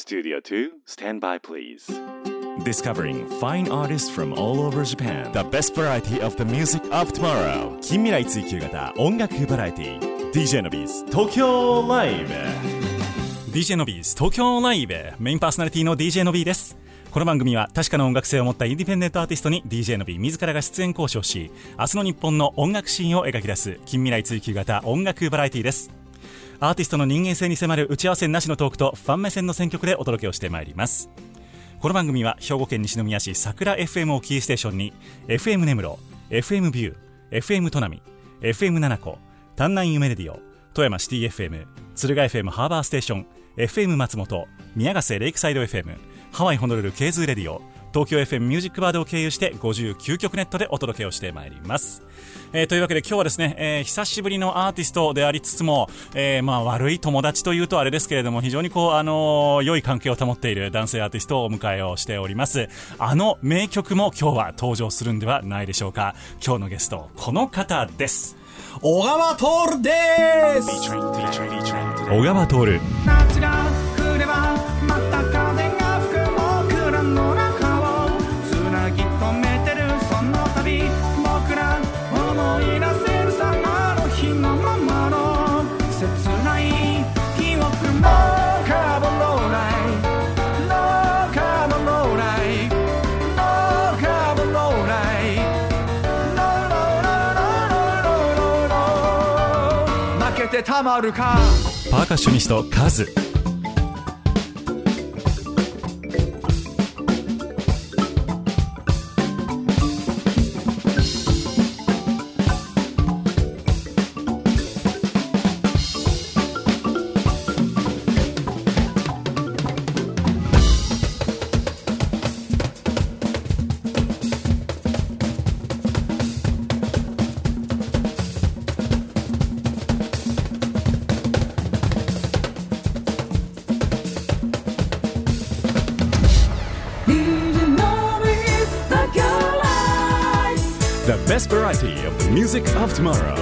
Studio 2, stand by please. Discovering fine artists from all over Japan. The best variety of the music of tomorrow. 近未来追求型音楽バラエティ DJ のビーズ東京ライブ DJ のビーズ東京ライブメインパーソナリティの DJ のビーです。この番組は確かな音楽性を持ったインディペンデントアーティストに DJ のビー自らが出演交渉し、明日の日本の音楽シーンを描き出す近未来追求型音楽バラエティです。アーティストの人間性に迫る打ち合わせなしのトークとファン目線の選曲でお届けをしてまいります。この番組は兵庫県西宮市桜 FM をキーステーションに FM 根室、FM ビュー、FM 砺波、FM 七子、丹南夢レディオ、富山シティ FM、敦賀 FM ハーバーステーション、FM 松本、宮ヶ瀬レイクサイド FM、ハワイホノルルケーズレディオ、東京 FM ミュージックバードを経由して59曲ネットでお届けをしてまいります。というわけで今日はですね、久しぶりのアーティストでありつつも、悪い友達というとあれですけれども、非常に良い関係を保っている男性アーティストをお迎えをしております。あの名曲も今日は登場するんではないでしょうか。今日のゲストこの方です。 小川徹です。 小川徹。 夏が来ればまた風が吹く僕らの中をつなぎ止めてるその旅、僕ら思い出せるさあの日のままの切ない記憶もカーボンローライノーカーボンローライノーカーボンローライノーノーノーノーノーノーノー負けてたまるか。 パーカッショニストカズ。The best variety of the music of tomorrow.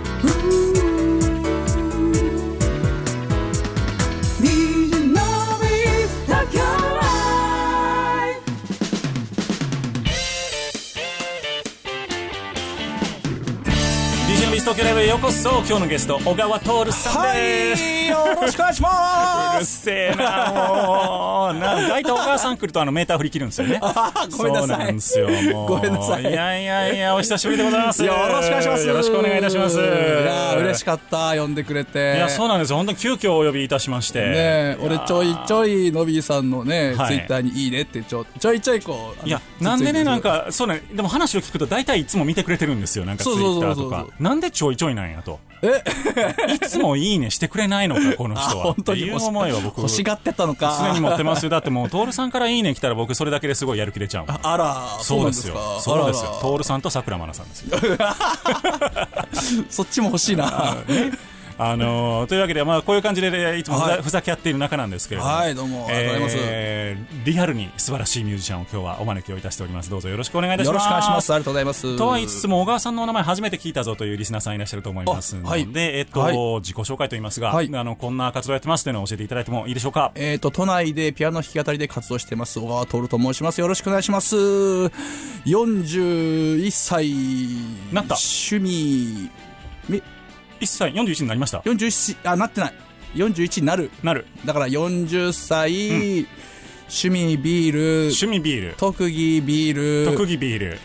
DJ のビーズ東京ライブへようこそ。今日のゲスト小川徹さんです。 はい、よろしくお願いします。 うるせえなもう大体小川さん来るとメーター振り切るんですよね。 ごめんなさい。 そうなんですよ。もうごめんなさい。 いやお久しぶりでございます。 よろしくお願いします。 よろしくお願いいたします。いや嬉しかった、呼んでくれて。 いやそうなんですよ。本当に急遽お呼びいたしましてね、俺ちょいちょいのびーさんのね、 はい、 ツイッターにいいねってちょいちょいこう。 いやなんでね、なんかそうね、でも話を聞くと大体いつも見てくれてるんですよ。なんかツイッターとか。なんでちょいちょいなんやと。いつもいいねしてくれないのかこの人は。 本当にっていう思いは僕欲しがってたのか。 常に持ってますよ。だってもう徹さんからいいね来たら僕それだけですごいやる気出ちゃう。 あら、 そうですよ。そうですよ。徹さんと桜真奈さんですよ。 そっちも欲しいな。 というわけで、こういう感じで、いつもふざけ合っている中なんですけれども、 はい、どうもありがとうございます。 リアルに素晴らしいミュージシャンを今日はお招きをいたしております。どうぞよろしくお願いいたします。 よろしくお願いします。ありがとうございます。 とは言いつつも小川さんのお名前初めて聞いたぞというリスナーさんいらっしゃると思いますので、はい、自己紹介といいますが、はい、こんな活動やってますというのを教えていただいてもいいでしょうか。 都内でピアノ弾き語りで活動してます小川徹と申します。よろしくお願いします。41歳なった。 趣味 1歳41になりました。 41なってない。41になるだから40歳、趣味ビール、特技ビール、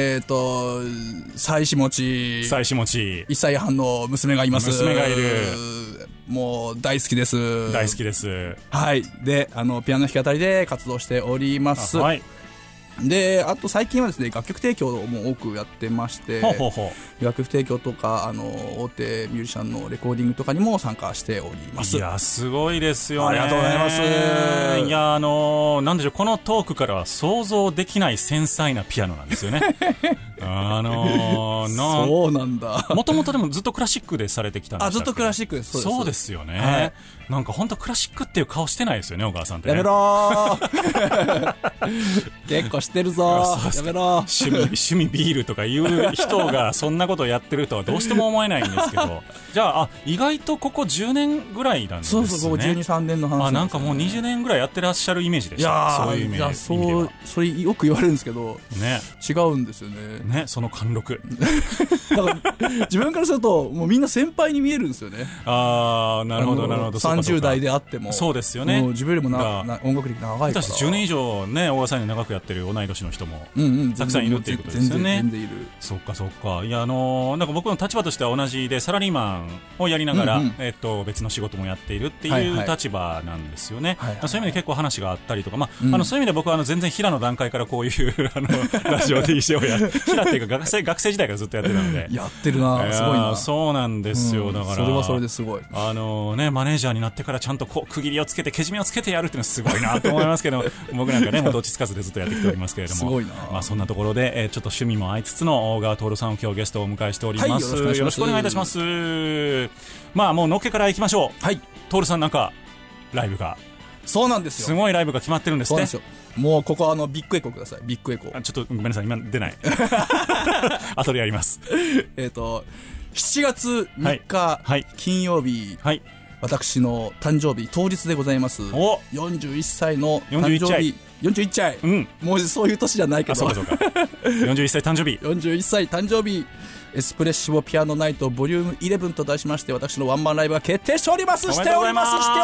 妻子持ち1歳半の娘がいます。 娘がいる。 もう大好きです。はい。でピアノ弾き語りで活動しております。はい。であと最近はですね、楽曲提供も多くやってまして、楽曲提供とか大手ミュージシャンのレコーディングとかにも参加しております。 いやすごいですよね。 ありがとうございます。 いやなんでしょう、このトークからは想像できない繊細なピアノなんですよね。 そうなんだ。 もともとでもずっとクラシックでされてきたんですか。 ずっとクラシックです。 そうですよね。 なんか本当クラシックっていう顔してないですよね、小川さんってね。 やめろー結構してるぞー。やめろー。 趣味ビールとかいう人がそんなことをやってるとはどうしても思えないんですけどじゃあ意外とここ10年ぐらいなんですね。 そうそう、ここ12、3年の話なんかもう20年ぐらいやってらっしゃるイメージでした。 いやそういうイメージ。意味ではそれよく言われるんですけど、 ね、 違うんですよね。 その貫禄だから自分からするともうみんな先輩に見えるんですよね。 なるほどなるほど。 30代であってもそうですよね。 もう自分よりも音楽歴長いから。 私10年以上ね、小川さんに長くやってる同い年の人もたくさんいるっていうことですよね。 全然いる。 そっかそっか。いやなんか僕の立場としては同じでサラリーマンをやりながら、別の仕事もやっているっていう立場なんですよね。そういう意味で結構話があったりとか、そういう意味で僕は全然平の段階からこういうラジオ DJ を平っていうか学生時代からずっとやってたので。 やってるな、すごいな。 そうなんですよ。だからそれはそれですごい。 マネージャーになってからちゃんとこう区切りをつけてけじめをつけてやるっていうのはすごいなと思いますけど僕なんかねもうどっちつかずでずっとやってきておりますけれども、 すごいな。 そんなところで、ちょっと趣味も合いつつの小川徹さんを今日ゲストをお迎えしております。よろしくお願いいたします。もうのっけからいきましょう。はい。徹さんなんかライブが。 そうなんですよ。 すごいライブが決まってるんですね。 そうなんですよ。もうここビッグエコーください。ビッグエコー。 ちょっとごめんなさい、今出ない後でやります。 7月3日、金曜日、私の誕生日当日でございます。41歳の誕生日。41歳、もうそういう年じゃないけど。 そうか41歳誕生日 41歳誕生日エスプレッシボピアノナイトボリューム11と題しまして、私のワンマンライブが決定しております。しており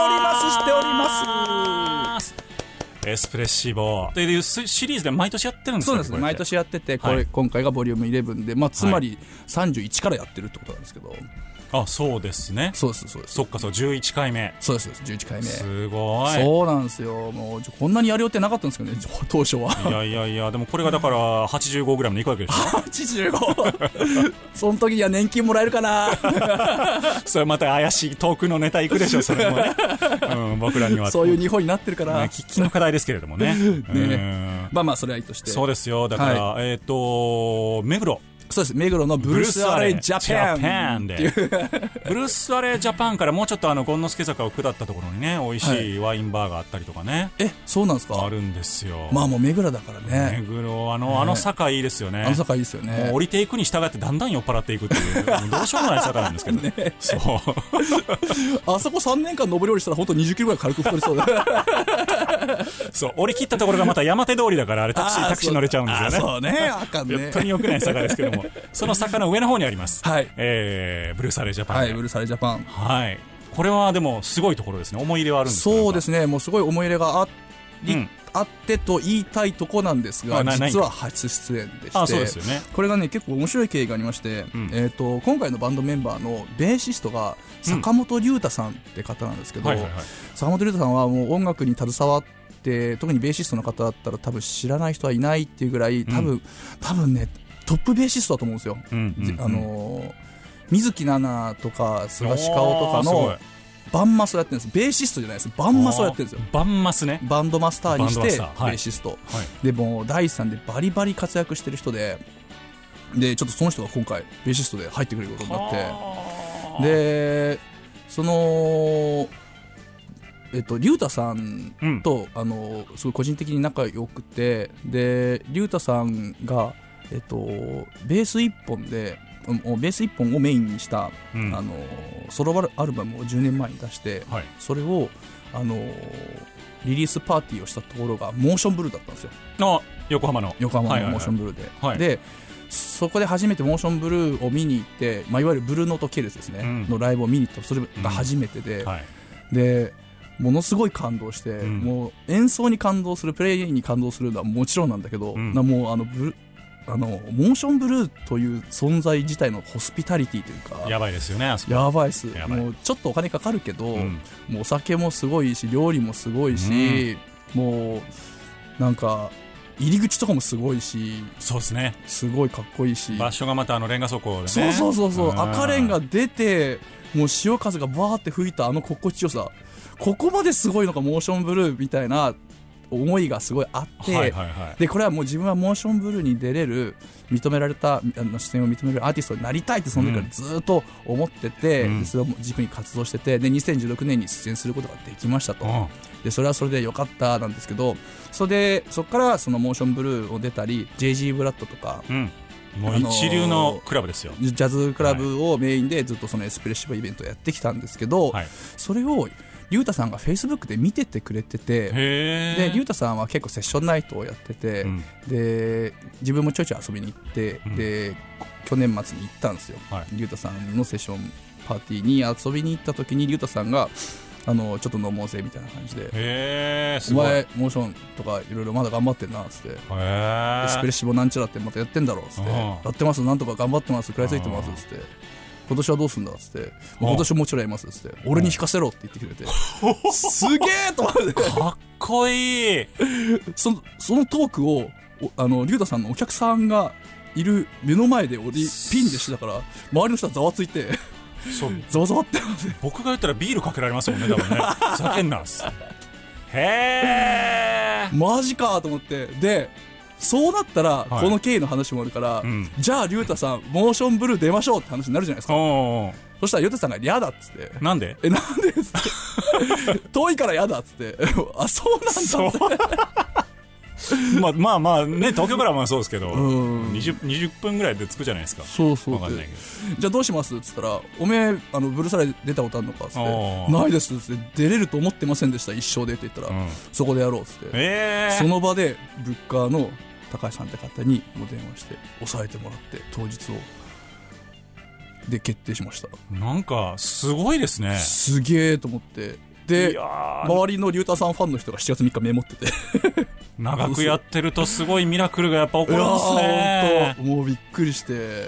ます。 エスプレッシボというシリーズで毎年やってるんですか。 そうですね、毎年やってて、今回がボリューム11で、つまり31からやってるってことなんですけど。 そうですね。そうです。そっか、11回目。 そうです、11回目。 すごい。 そうなんですよ。もうこんなにやる予定なかったんですけどね、当初は。 いやでもこれがだから85グラムでいくわけでしょ。 85 その時には年金もらえるかなそれまた怪しい遠くのネタいくでしょ、それもね。僕らにはそういう日本になってるから、 喫緊の課題ですけれどもね。 それはいいとして。 そうですよ。だから目黒。 そうです、目黒のブルースアレイジャパンでブルースアレイジャパンからもうちょっと権之助坂を下ったところにね、美味しいワインバーがあったりとかね。 そうなんですか。 あるんですよ。 もう目黒だからね。 目黒あの坂いいですよね。 あの坂いいですよね。 もう降りていくに従ってだんだん酔っ払っていくっていうどうしようもない坂なんですけどね。そうあそこ3年間上り下りしたら本当20キロぐらい軽く太りそうだそう降り切ったところがまた山手通りだから、あれタクシー乗れちゃうんですよね。 そうね、あかんね。 本当に良くない坂ですけどもその坂の上の方にあります。ブルースアレイジャパン。 ブルースアレイジャパン。 これはでもすごいところですね。思い入れはあるんですか。 そうですね、もうすごい思い入れがあってと言いたいとこなんですが、実は初出演でして。 そうですよね。 これがね結構面白い経緯がありまして、今回のバンドメンバーのベーシストが坂本龍太さんって方なんですけど、坂本龍太さんはもう音楽に携わって特にベーシストの方だったら多分知らない人はいないっていうぐらい、多分ねトップベーシストだと思うんですよ。水木奈々とか菅氏顔とかのバンマスをやってるんです。ベーシストじゃないです、バンマスをやってるんですよ。 バンマスね。 バンドマスターにしてベーシスト、でも第3でバリバリ活躍してる人でちょっとその人が今回ベーシストで入ってくれることになって、でその龍太さんと、すごい個人的に仲良くて、で龍太さんがベース1本をメインにした、ソロアルバムを10年前に出して、それをリリースパーティーをしたところがモーションブルーだったんですよ。 横浜のモーションブルーで、でそこで初めてモーションブルーを見に行って、いわゆるブルーノートケルスですね、のライブを見に行った。それが初めてで、でものすごい感動して、もう演奏に感動する、プレイに感動するのはもちろんなんだけど、もうモーションブルーという存在自体のホスピタリティというか、 やばいですよね。 やばいです。もうちょっとお金かかるけど、もうお酒もすごいし、料理もすごいし、もうなんか入り口とかもすごいし、 そうですね、 すごいかっこいいし、 場所がまたレンガ倉庫でね。 そう赤レンガ出て、もう潮風がバーって吹いた心地よさ、ここまですごいのかモーションブルーみたいな思いがすごいあって、はいはいはい、でこれはもう自分はモーションブルーに出れる認められた出演を認めるアーティストになりたいってその時からずっと思ってて、でそれを軸に活動してて、で2016年に出演することができましたと、でそれはそれでよかったなんですけど、そこからそのモーションブルーを出たり JG ブラッドとか、 もう一流のクラブですよ。 ジャズクラブをメインでずっとそのエスプレッシブイベントをやってきたんですけど、はい、それをリュウタさんがフェイスブックで見ててくれてて、でリュウタさんは結構セッションナイトをやってて、で自分もちょいちょい遊びに行って、で去年末に行ったんですよ、リュウタさんのセッションパーティーに遊びに行った時にリュウタさんがちょっと飲もうぜみたいな感じで、お前モーションとかいろいろまだ頑張ってんなっつって、エスプレッシブなんちゃらってまたやってんだろっつって、やってます、なんとか頑張ってます、食らいついてますっつって、今年はどうすんだっつって、今年もちろんやりますっつって、俺に弾かせろって言ってくれて、すげえと思って、 かっこいいそのトークをリュウタさんのお客さんがいる目の前でピンでしてたから、周りの人はざわついてざわざわってますね。 僕が言ったらビールかけられますもんね、多分ね。ふざけんなっす。へー、 マジかと思って、でそうなったらこの経緯の話もあるから、じゃあリュウタさんモーションブルー出ましょうって話になるじゃないですか。そしたらリュウタさんが嫌だっつって、 なんでなんでっつって遠いから嫌だっつってあ、そうなんだってまあね、東京からはまあそうですけど、20分ぐらいで着くじゃないですか。 そうそう。じゃあどうしますっつったら、おめえブルーサライ出たことあるのかっつって、ないですっつって、出れると思ってませんでした一生でって言ったら、そこでやろうっつって、その場でブッカーの高橋さんって方にも電話して抑えてもらって当日をで決定しました。 なんかすごいですね。 すげえと思って、で周りのリュウタさんファンの人が7月3日メモってて長くやってるとすごいミラクルがやっぱ起こるんですね。 もうびっくりして、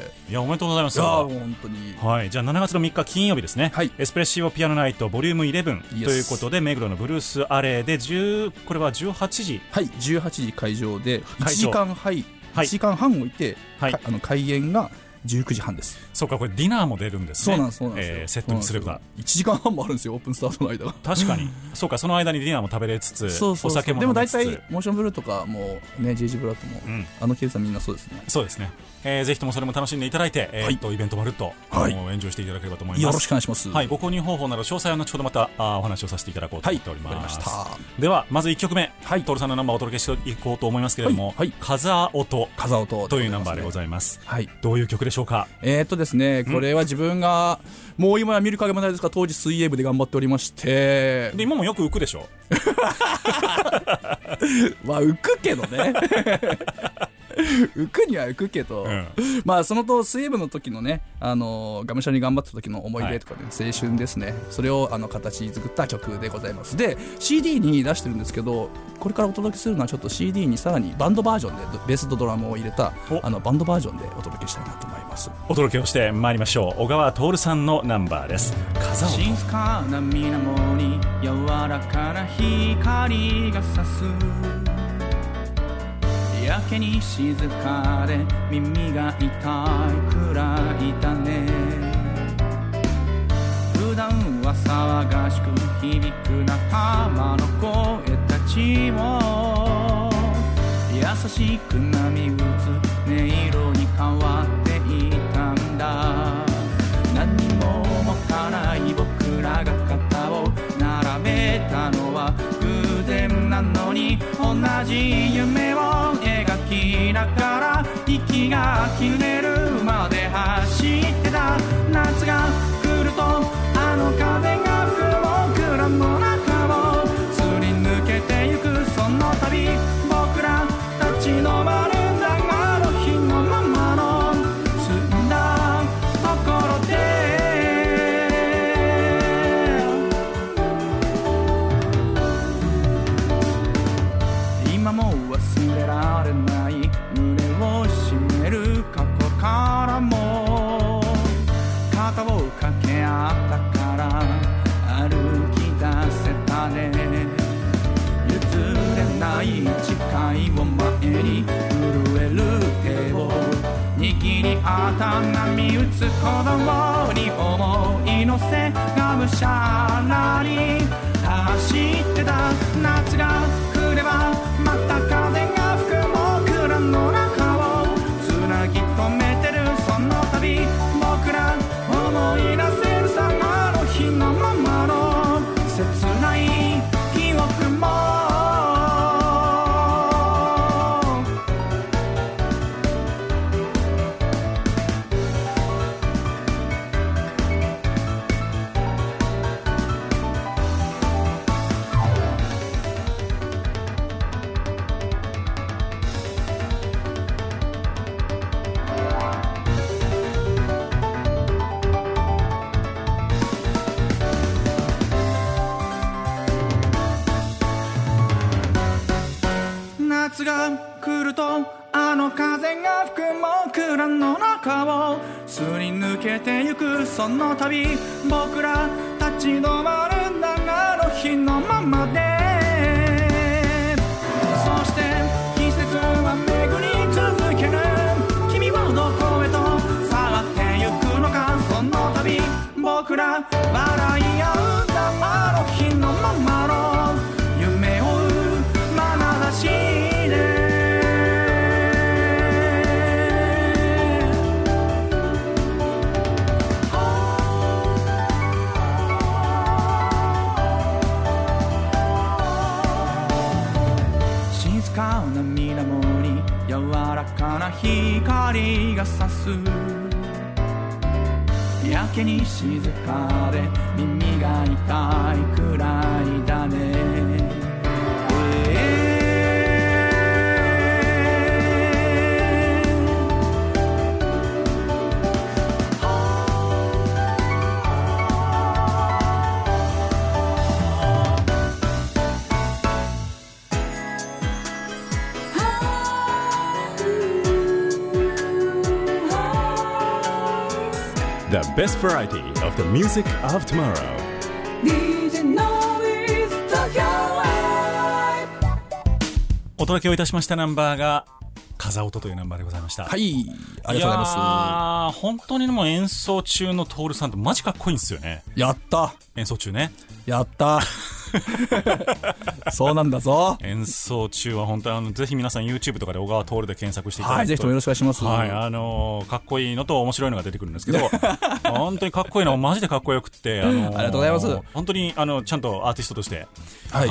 いやおめでとうございます。 いや本当に、 はい、じゃあ7月の3日金曜日ですね、はい、エスプレッシブピアノナイトボリューム11ということで、目黒のブルースアレーでこれは18時、 はい、18時会場で1時間半置いて、はい、開演が19時半です。 そうか、これディナーも出るんですね。 そうなんですよ、 セットにすれば 1時間半もあるんですよ、オープンスタートの間が。 確かにそうか、その間にディナーも食べれつつ、お酒も飲みつつ。 でも大体モーションブルーとかもね、JG ブラッドも、ケースはみんなそうですね。 そうですね、ぜひともそれも楽しんでいただいて、イベントまるっと、エンジョイしていただければと思います。 よろしくお願いします。 はい、ご購入方法など詳細は後ほどまたお話をさせていただこうと思っております。ではまず1曲目、トルさんのナンバーをお届けしていこうと思いますけれども、風音というナンバーでございます。どういう曲でしょうか。 ですね、これは自分がもう今や見る影もないですが、当時水泳部で頑張っておりまして、 で今もよく浮くでしょまあ浮くけどね浮くには浮くけど、まあその水泳部の時のね、がむしゃらに頑張った時の思い出とかね、青春ですね、それを形作った曲でございます。で CD に出してるんですけど、これからお届けするのはちょっと CD にさらにバンドバージョンでベースとドラムを入れたバンドバージョンでお届けしたいなと思います。 お届けをしてまいりましょう。小川徹さんのナンバーです。風音。 静かな水面に柔らかな光が差す、やけに静かで耳が痛いくらいだね。普段は騒がしく響く仲間の声たちも優しく波打つ音色に変わっていたんだ。何も持たない僕らが肩を並べたのは偶然なのに、同じ夢を描きながら息が切れるまで走ってた。夏が来ると風が吹く僕らの中をすり抜けてゆく、その旅僕ら立ち止まるんだが、あの日のままの澄んだところで今も忘れられない胸を締める過去からも肩を掛け合ったから歩き出せたね。譲れない誓いを前に震える手を握り合った波打つ鼓動に思い乗せがむしゃらに走ってた。夏が来ればが来るとあの風が吹く僕らの中をすり抜けてゆくその旅僕ら立ち止まるんだあの日のままでそして季節は巡り続ける君はどこへと去ってゆくのかその旅僕ら笑い合うんだあの日のままの夢を追う眼差しで静かな水面に柔らかな光が差すやけに静かで耳が痛いくらいだね、 The best variety of the music of tomorrow. DJ Nobis Tokyo Live お届けをいたしましたナンバーが風音というナンバーでございました。 はい、ありがとうございます。 本当にもう演奏中のトールさんってマジかっこいいんですよね。 やった演奏中ね。 やったそうなんだぞ。 演奏中は本当にぜひ皆さん YouTube とかで小川徹で検索していただいて、 はい、ぜひともよろしくお願いします。 はい、かっこいいのと面白いのが出てくるんですけど本当にかっこいいのはマジでかっこよくってありがとうございます。 本当にちゃんとアーティストとして、 はい、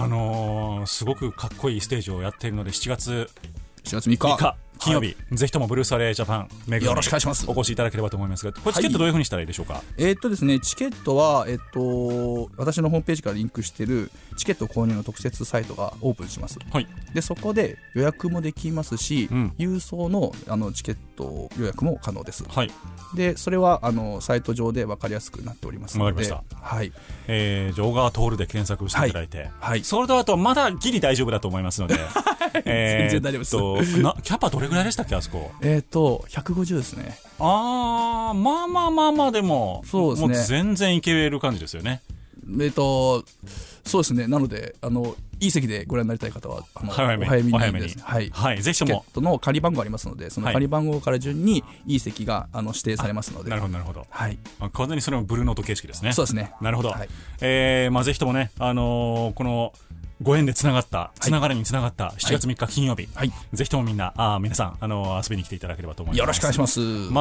すごくかっこいいステージをやっているので7月 3日金曜日、ぜひともブルースアレイジャパンめぐりよろしくお願いします。 お越しいただければと思いますが、これチケットどういう風にしたらいいでしょうか。 ですね、チケットは、私のホームページからリンクしているチケット購入の特設サイトがオープンします、 はい、 でそこで予約もできますし、郵送のチケット予約も可能です、 はい、 でそれはサイト上で分かりやすくなっておりますので、 分かりました、 はい、 じゃあ小川徹で検索していただいて、 はいはい、 それとあとまだギリ大丈夫だと思いますので全然大丈夫です。 キャパどれぐらいでしたっけあそこ。 150ですね。 まあでもそうですね、 もう全然いける感じですよね。 そうですね。なのでいい席でご覧になりたい方はお早めにですね、はいはい、ぜひともチケットの仮番号ありますので、その仮番号から順にいい席が指定されますので。 なるほどなるほど、 はい、 完全にそれもブルーノート形式ですね。 そうですね。 なるほど、 はい、 ぜひともね、このご縁でつながったつながりにつながった7月3日金曜日、はい、ぜひとも皆さん遊びに来ていただければと思います。 よろしくお願いします。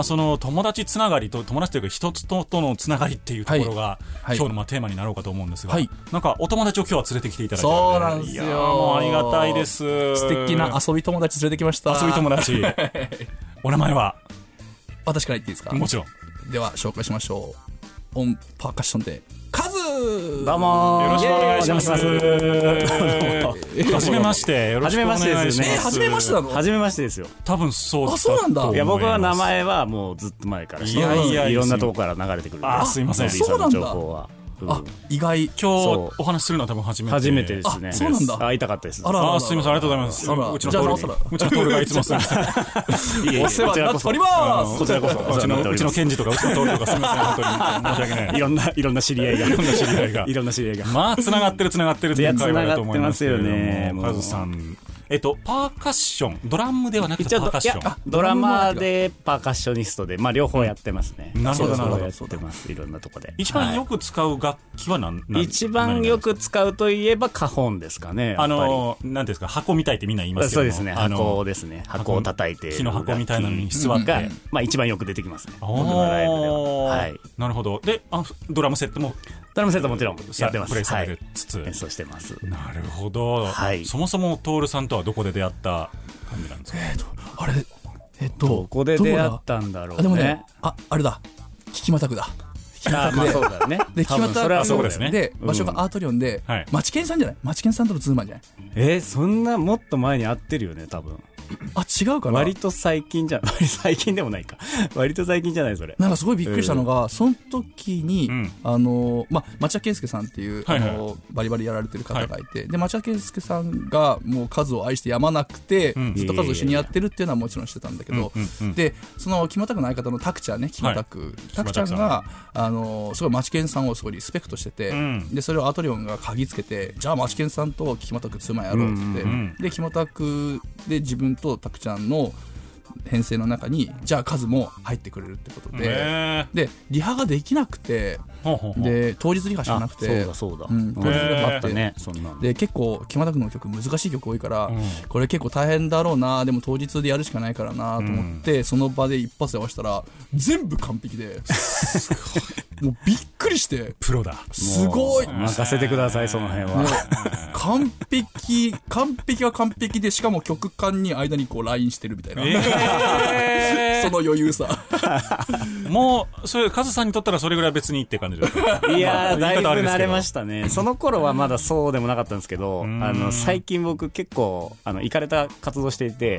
その友達つながりと友達というか人とのつながりっていうところが、はい、今日のテーマになろうかと思うんですが、はい、なんかお友達を今日は連れてきていただいて、 そうなんですよ。 もうありがたいです。 素敵な遊び友達連れてきました。 遊び友達お名前は私から言っていいですか。 もちろん。では紹介しましょう。オンパーカッションでカズ。 どうもよろしくお願いします。はじめまして。よろしくお願いします。 はじめましてなの。 はじめましてですよ。 多分そうだ。 そうなんだ。 いや僕は名前はもうずっと前からいろんなとこから流れてくる。 すいません。 そうなんだ。意外。 今日お話するのは多分初めてですね。 そうなんだ。 会いたかったです。 すいません、ありがとうございます。うちのトールがいつもすみません。 お世話になっております。 こちらこそ。うちのケンジとかうちのトールとかすみません、本当に申し訳ない。 いろんな知り合いが。いろんな知り合いが。 まあ繋がってるっていう会話だと思いますよね。 カズさん。パーカッション、ドラムではなくてパーカッション。 ドラマーでパーカッショニストで、両方やってますね。 なるほどなるほど。 やってます。いろんなとこで。 一番よく使う楽器は何？ 一番よく使うといえばカホンですかね。 なんですか、箱みたいってみんな言いますけど。 そうですね。箱ですね。箱を叩いて木の箱みたいなのに座って、 一番よく出てきますね。僕のライブでは。はい。 なるほど。で、ドラムセットも。 ドラムセットもちろんやってます。 プレイされつつ演奏してます。 なるほど。そもそもトールさんとはどこで出会った感じなんですか。 あれどこで出会ったんだろうね。 でもね、あれだ、聞きまたくだ。 そうだよね。 で、聞きまたくそれはそうですね。 で、場所がアートリオンで、マチケンさんじゃない？マチケンさんとのツーマンじゃない？ そんなもっと前に会ってるよね、多分。 違うかな。 割と最近じゃ最近でもないか割と最近じゃないそれ。 なんかすごいびっくりしたのが、その時に、町田圭佑さんっていう、バリバリやられてる方がいて、で町田圭佑さんがもうカズを愛してやまなくて、ずっとカズを一緒にやってるっていうのはもちろんしてたんだけど、でその木俣君の相方のタクちゃんね、木俣君、タクちゃんがすごい町健さんをすごいリスペクトしてて、でそれをアトリオンが嗅ぎつけて、じゃあ町健さんと木俣君ツーマンやろうって言って、で木俣君で自分とタクちゃんの編成の中にじゃあカズも入ってくれるってことで、でリハができなくて、で当日リハしかなくて、 そうだ、 当日リハあってね、そんなで結構木俣君の曲難しい曲多いから、これ結構大変だろうな、でも当日でやるしかないからなと思って、その場で一発で合わせたら全部完璧でもうびっくりして、 プロだ、 すごい、 任せてくださいその辺は。 完璧は完璧で、しかも曲間に間にこうラインしてるみたいな、その余裕さもうそれカズさんにとったらそれぐらい別にいいって感じだった。 いやーだいぶ慣れましたね。その頃はまだそうでもなかったんですけど、最近僕結構イカれた活動していて、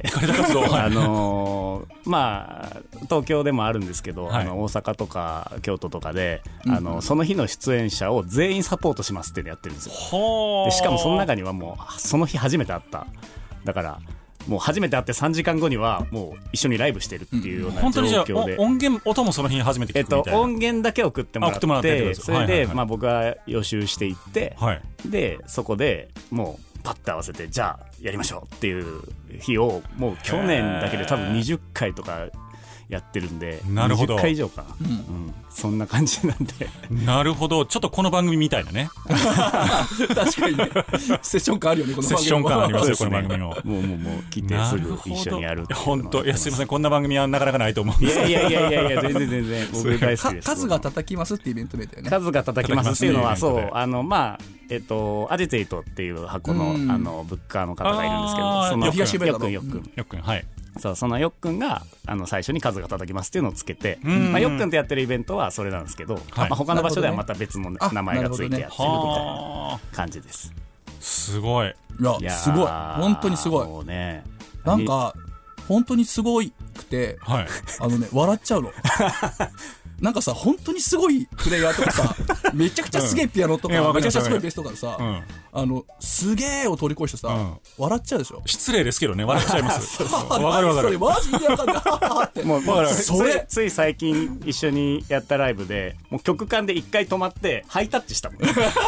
まあ東京でもあるんですけど、大阪とか京都とかで、その日の出演者を全員サポートしますっていうのやってるんですよ。でしかもその中にはもうその日初めて会った、だからもう初めて会って3時間後にはもう一緒にライブしてるっていうような状況で、本当にじゃあ音源音もその日に初めて聞くみたいな、 音源だけ送ってもらって、それで僕は予習していって、でそこでもうパッて合わせて、じゃあやりましょうっていう日をもう去年だけで多分20回とかやってるんで、 なるほど、 20回以上かな、そんな感じなんで。 なるほど、ちょっとこの番組みたいなね確かにね、セッション感あるよね、この番組。 セッション感ありますよ、この番組も。 もう来てすぐ一緒にやるっていう。 本当、いやすいません、こんな番組はなかなかないと思うんですけど。 いや全然僕大好きです。 カズが叩きますってイベント名だよね。 カズが叩きますっていうのは、そうアジテイトっていう箱のブッカーの方がいるんですけど、そのよっくん、はい、そのよっくんが最初にカズが叩きますっていうのをつけて、よっくんとやってるイベントはそれなんですけど、他の場所ではまた別の名前がついてやってるみたいな感じです。 すごい、 いやすごい、本当にすごい、もうね、なんか本当にすごくて、笑っちゃうのなんかさ、本当にすごいプレイヤーとかさ、めちゃくちゃすげえピアノとか、めちゃくちゃすごいベースとかでさ、すげえを通り越してさ、笑っちゃうでしょ。 失礼ですけどね、笑っちゃいます。わかるわかる。 それマジでわかんないって。もうつい最近一緒にやったライブで、もう曲間で一回止まってハイタッチしたもん。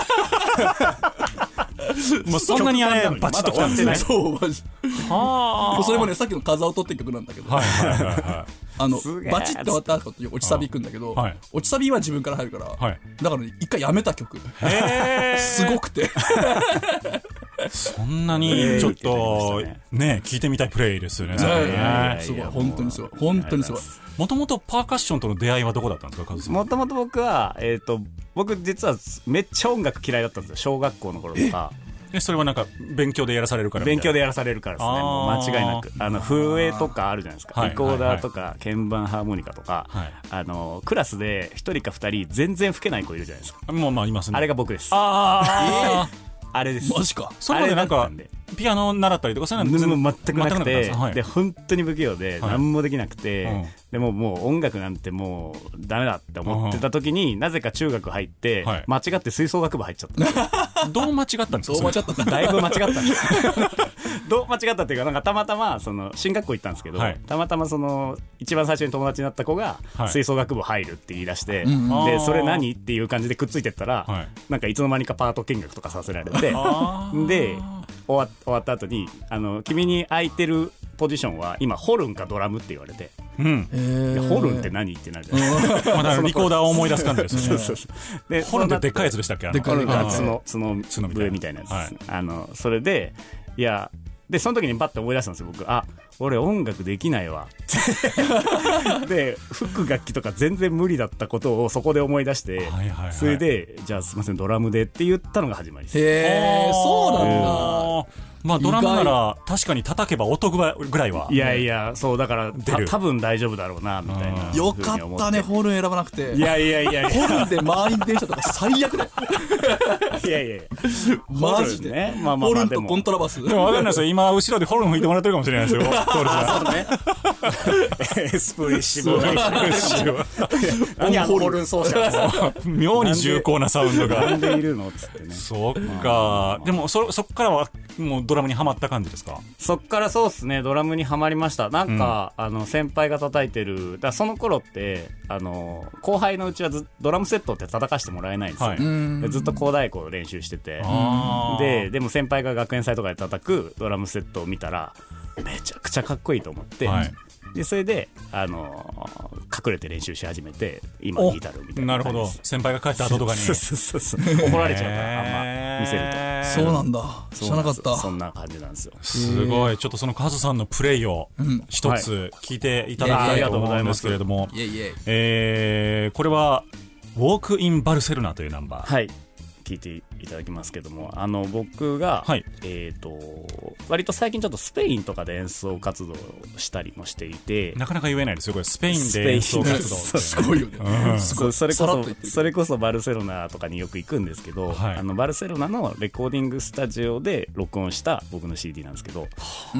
もうそんなにバチッときたんですね。 そう、マジ。それもね、さっきの風を取って曲なんだけど、バチッと終わった後に落ちサビ行くんだけど、落ちサビは自分から入るから、だから一回やめた曲、すごくて。 そんなにちょっとね、聞いてみたいプレイですよね。 すごい、本当にすごい、本当にすごい。 もともとパーカッションとの出会いはどこだったんですか、カズさん。 もともと僕は僕実はめっちゃ音楽嫌いだったんですよ、小学校の頃とか。 それはなんか勉強でやらされるからみたいな。 勉強でやらされるからですね、もう間違いなく。笛とかあるじゃないですか、リコーダーとか鍵盤ハーモニカとか、クラスで1人か2人全然吹けない子いるじゃないですか。 もういますね。 あれが僕です。あれです。 マジか。 それまでなんかピアノ習ったりとかそういうの全くなくて、で本当に不器用で何もできなくて、でもう音楽なんてもうダメだって思ってた時に、なぜか中学入って間違って吹奏楽部入っちゃったんですよ。 どう間違ったんですか。 だいぶ間違ったんです。どう間違ったっていうか、なんかたまたま進学校行ったんですけど、たまたま一番最初に友達になった子が吹奏楽部入るって言い出して、でそれ何っていう感じでくっついてったら、なんかいつの間にかパート見学とかさせられて、で終わった後に君に空いてるポジションは今ホルンかドラムって言われて、ホルンって何ってなるじゃないですか。 リコーダーを思い出す感じですね。 でホルンってでっかいやつでしたっけ。 角笛みたいなやつ。それででその時にバッて思い出したんですよ、僕。俺音楽できないわで吹く楽器とか全然無理だったことをそこで思い出して、それでじゃあすいませんドラムでって言ったのが始まりです。 へえ、そうなんだ。 まあドラムなら確かに叩けば音ぐらいは。 いやいや、そうだから多分大丈夫だろうなみたいな。 よかったね、ホルン選ばなくて。 いやいやいや、 ホルンで周りに電車とか最悪だよ。 いやいやマジでね。 ホルンとコントラバス。 でも分かんないですよ、今後ろでホルン吹いてもらってるかもしれないですよ。 そうね。エスプリッシブ。何ホルン奏者。 妙に重厚なサウンドが。 なんでいるのっつってね。 そっか。でもそっからはもうドラムにはまった感じですか？ そっからそうっすね、ドラムにはまりました。なんか、先輩が叩いてる、だからその頃って後輩のうちはドラムセットって叩かしてもらえないんですよ。でずっと小太鼓を練習してて、でも先輩が学園祭とかで叩くドラムセットを見たらめちゃくちゃかっこいいと思って、でそれで隠れて練習し始めて今ギターみたいな。 なるほど。先輩が帰った後とかにそう怒られちゃうからあんま見せると。そうなんだ、知らなかった。 そんな感じなんですよ。 すごい。ちょっとそのカズさんのプレイを一つ聞いていただきたいと思うんですけれども、これはウォークインバルセロナというナンバー、 はい聞いていただきますけども、僕が、割と最近ちょっとスペインとかで演奏活動したりもしていて、 なかなか言えないですよこれ、スペインで演奏活動すごいよね。 それこそバルセロナとかによく行くんですけど、バルセロナのレコーディングスタジオで録音した僕の CD なんですけど、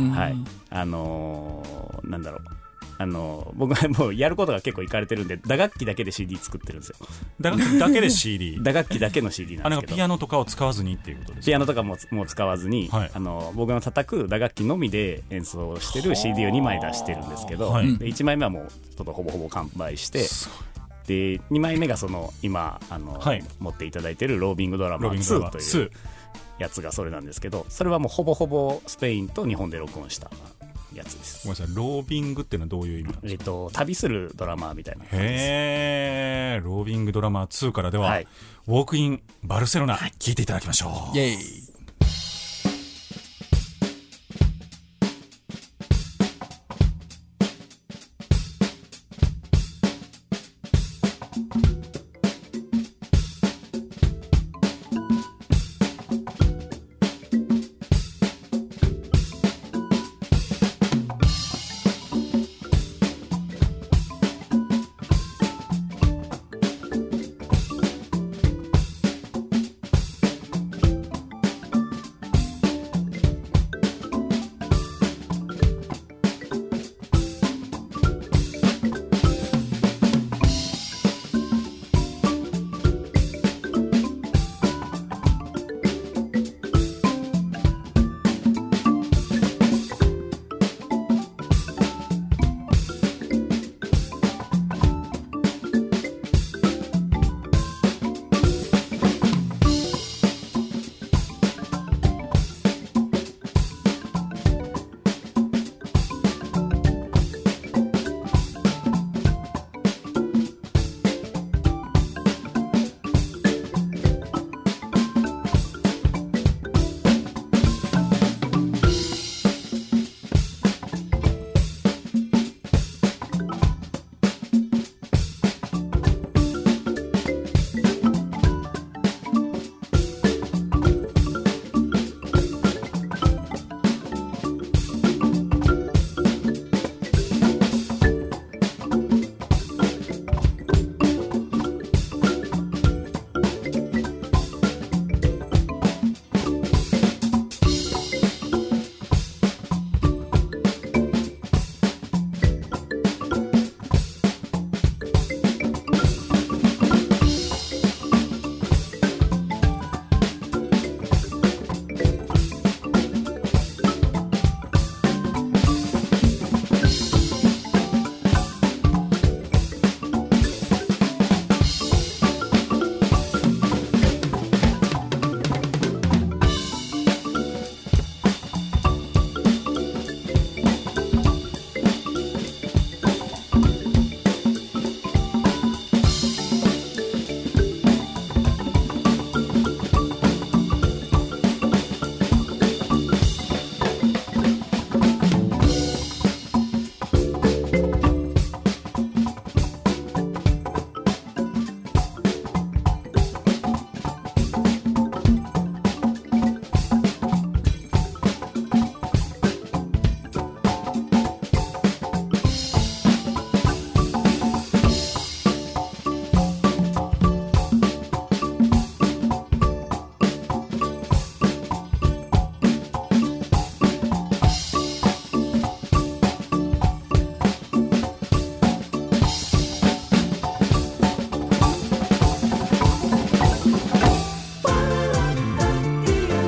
なんだろう、僕はもうやることが結構いかれてるんで、打楽器だけで CD 作ってるんですよ。 打楽器だけで CD？ 打楽器だけの CD なんですけど、 ピアノとかを使わずにっていうことですか？ ピアノとかもう使わずに、僕の叩く打楽器のみで演奏してる CD を2枚出してるんですけど、で1枚目はもうちょっとほぼほぼ完売して、で2枚目がその今持っていただいてるロービングドラマー2というやつがそれなんですけど、それはもうほぼほぼスペインと日本で録音したやつです。 ごめんなさい、ロービングっていうのはどういう意味なんですか？ 旅するドラマーみたいな感じです。 へー、ロービングドラマー2からでは、ウォークインバルセロナ聞いていただきましょう。 イエイ。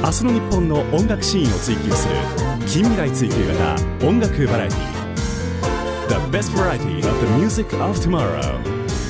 明日の日本の音楽シーンを追求する近未来追求型音楽バラエティ The best variety of the music of tomorrow。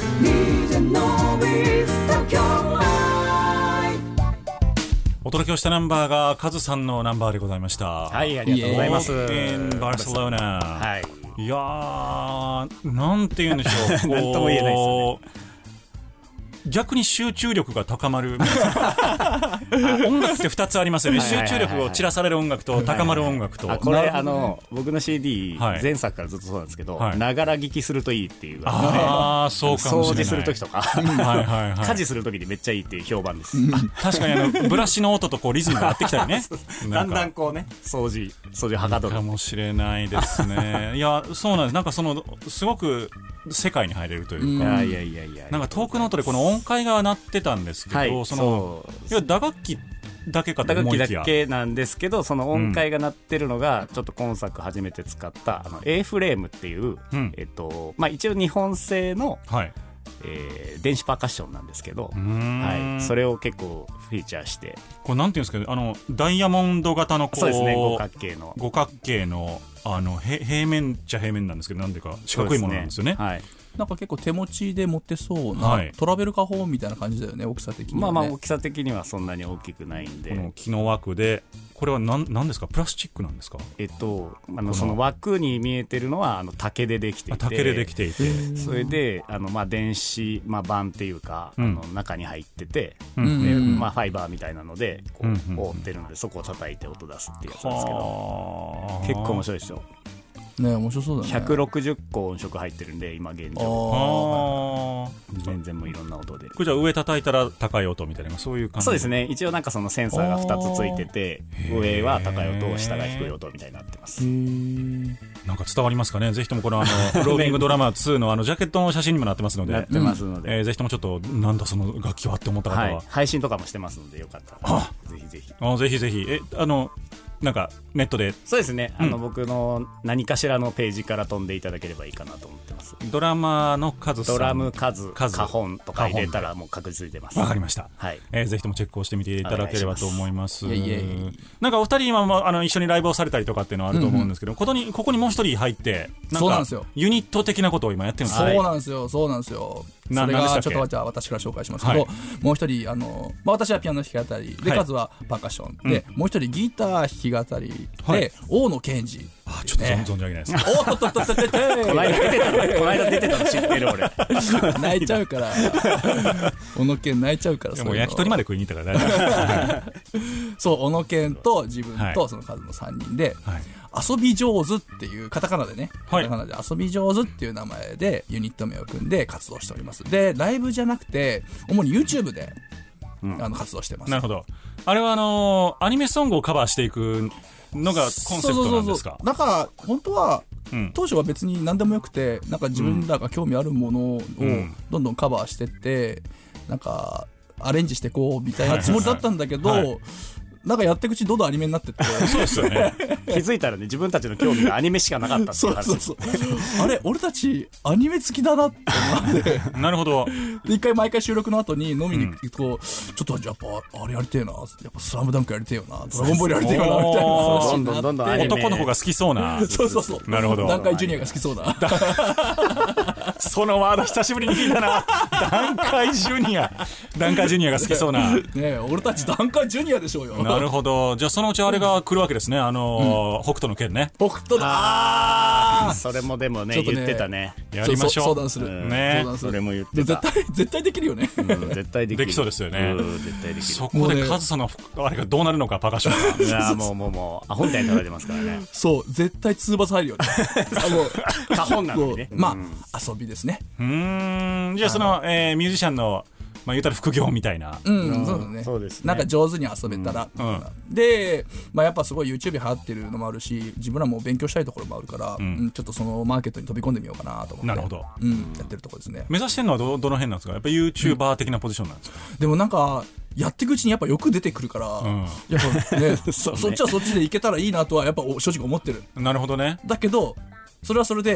お届けをしたナンバーがカズさんのナンバーでございました。 はい、ありがとうございます。 in Barcelona。 はい。 いやー、なんて言うんでしょう。 なんとも言えないですよね。 逆に集中力が高まる音楽って2つありますよね。集中力を散らされる音楽と高まる音楽と。 これ僕の CD、前作からずっとそうなんですけど、ながら聞きするといいっていう、 そうかもしれない。 掃除するときとか家事するときにめっちゃいいっていう評判です。 確かにブラシの音とこうリズムが合ってきたりねだんだんこうね掃除はかどるかもしれないですね。いや、そうなんです。なんかすごく世界に入れるというか、なんか遠くの音でこの音階が鳴ってたんですけど、いや打楽器だけかと思いきや、 打楽器だけなんですけど、その音階が鳴ってるのがちょっと今作初めて使ったA フレームっていう、一応日本製の、電子パーカッションなんですけど、それを結構フィーチャーして、 これなんていうんですかね、ダイヤモンド型のこう、 そうですね、 五角形の平面っちゃ平面なんですけど、なんでか四角いものなんですよね。 なんか結構手持ちで持ってそうな、トラベルカホンみたいな感じだよね、大きさ的にはね。 大きさ的にはそんなに大きくないんで。 この木の枠で、これは何ですか？プラスチックなんですか？ その枠に見えてるのは竹でできていて、 竹でできていて、 それで電子、板っていうか、中に入ってて、ファイバーみたいなのでこう覆ってるので、そこを叩いて音出すっていうやつなんですけど、結構面白いですよね。面白そうだね。 160個音色入ってるんで、今現状全然もういろんな音で。 これじゃあ上叩いたら高い音みたいな、そういう感じ？ そうですね。一応なんかそのセンサーが2つついてて、上は高い音、下が低い音みたいになってます。 なんか伝わりますかね。ぜひともこのロービングドラマー2のジャケットの写真にもなってますので、ぜひともちょっとなんだその楽器はって思った方は、 配信とかもしてますので、よかったらぜひぜひ。 ぜひぜひ。なんかネットで。 そうですね、僕の何かしらのページから飛んでいただければいいかなと思ってます。 ドラマの数さん、 ドラム数カホンとか入れたらもう確実に出ます。 わかりました。ぜひともチェックをしてみていただければと思います。なんかお二人今も一緒にライブをされたりとかっていうのはあると思うんですけど、ここにもう一人入ってなんかユニット的なことを今やってるんですね。 そうなんですよ。それがちょっとじゃあ私から紹介しますけど、もう一人私はピアノ弾き語りで、カズはパーカッションで、もう一人ギター弾き語りで、大野健二。 ちょっと存じ上げないです。 この間出てたの知ってる俺。 泣いちゃうから。小野健泣いちゃうから。 もう焼き鳥まで食いに行ったから大丈夫。 そう、小野健と自分とそのカズの3人で、遊び上手っていうカタカナでね、カタカナで遊び上手っていう名前でユニット名を組んで活動しております。で、ライブじゃなくて主に YouTube で活動してます。 なるほど。あれはアニメソングをカバーしていくのがコンセプトなんですか？ なんか本当は当初は別に何でもよくて、なんか自分らが興味あるものをどんどんカバーしてって、なんかアレンジしてこうみたいなつもりだったんだけど、なんかやっていくうちどんどんアニメになってって。 そうですよね。 気づいたらね、自分たちの興味がアニメしかなかったっていう話。 あれ、俺たちアニメ好きだなって思って。 なるほど。 毎回収録の後に飲みに行くと、ちょっとやっぱあれやりてえな、やっぱスラムダンクやりてえよな、ドラゴンボールやりてえよなみたいな話になって。 どんどん男の子が好きそうな。 そう。 なるほど。 段階ジュニアが好きそうな。 そのワード久しぶりに聞いたな。段階ジュニアが好きそうな。 ね、俺たち段階ジュニアでしょうよ。 なるほど。じゃあそのうちあれが来るわけですね。北斗の拳ね。 北斗だ。 それもでもね、言ってたね。 やりましょう。 相談する。 ね。 それも言ってた。 絶対できるよね。 絶対できる。 できそうですよね。 絶対できる。 そこでカズさんのあれがどうなるのか、パーカッションが。 いや、もうアホみたいに叩いてますからね。 そう、絶対ツーバス入るよね。 カホンなのにね。 まあ遊びですね。 じゃあそのミュージシャンの言うたら副業みたいな。 そうですね。なんか上手に遊べたら。で、やっぱすごい YouTube 流行ってるのもあるし、自分らも勉強したいところもあるから、ちょっとそのマーケットに飛び込んでみようかなと思って。 なるほど。 やってるところですね。 目指してるのはどの辺なんですか？やっぱ YouTuber 的なポジションなんですか？ でもなんか、やっていくうちにやっぱよく出てくるから、やっぱね、そっちはそっちでいけたらいいなとはやっぱ正直思ってる。 なるほどね。 だけど、それはそれで、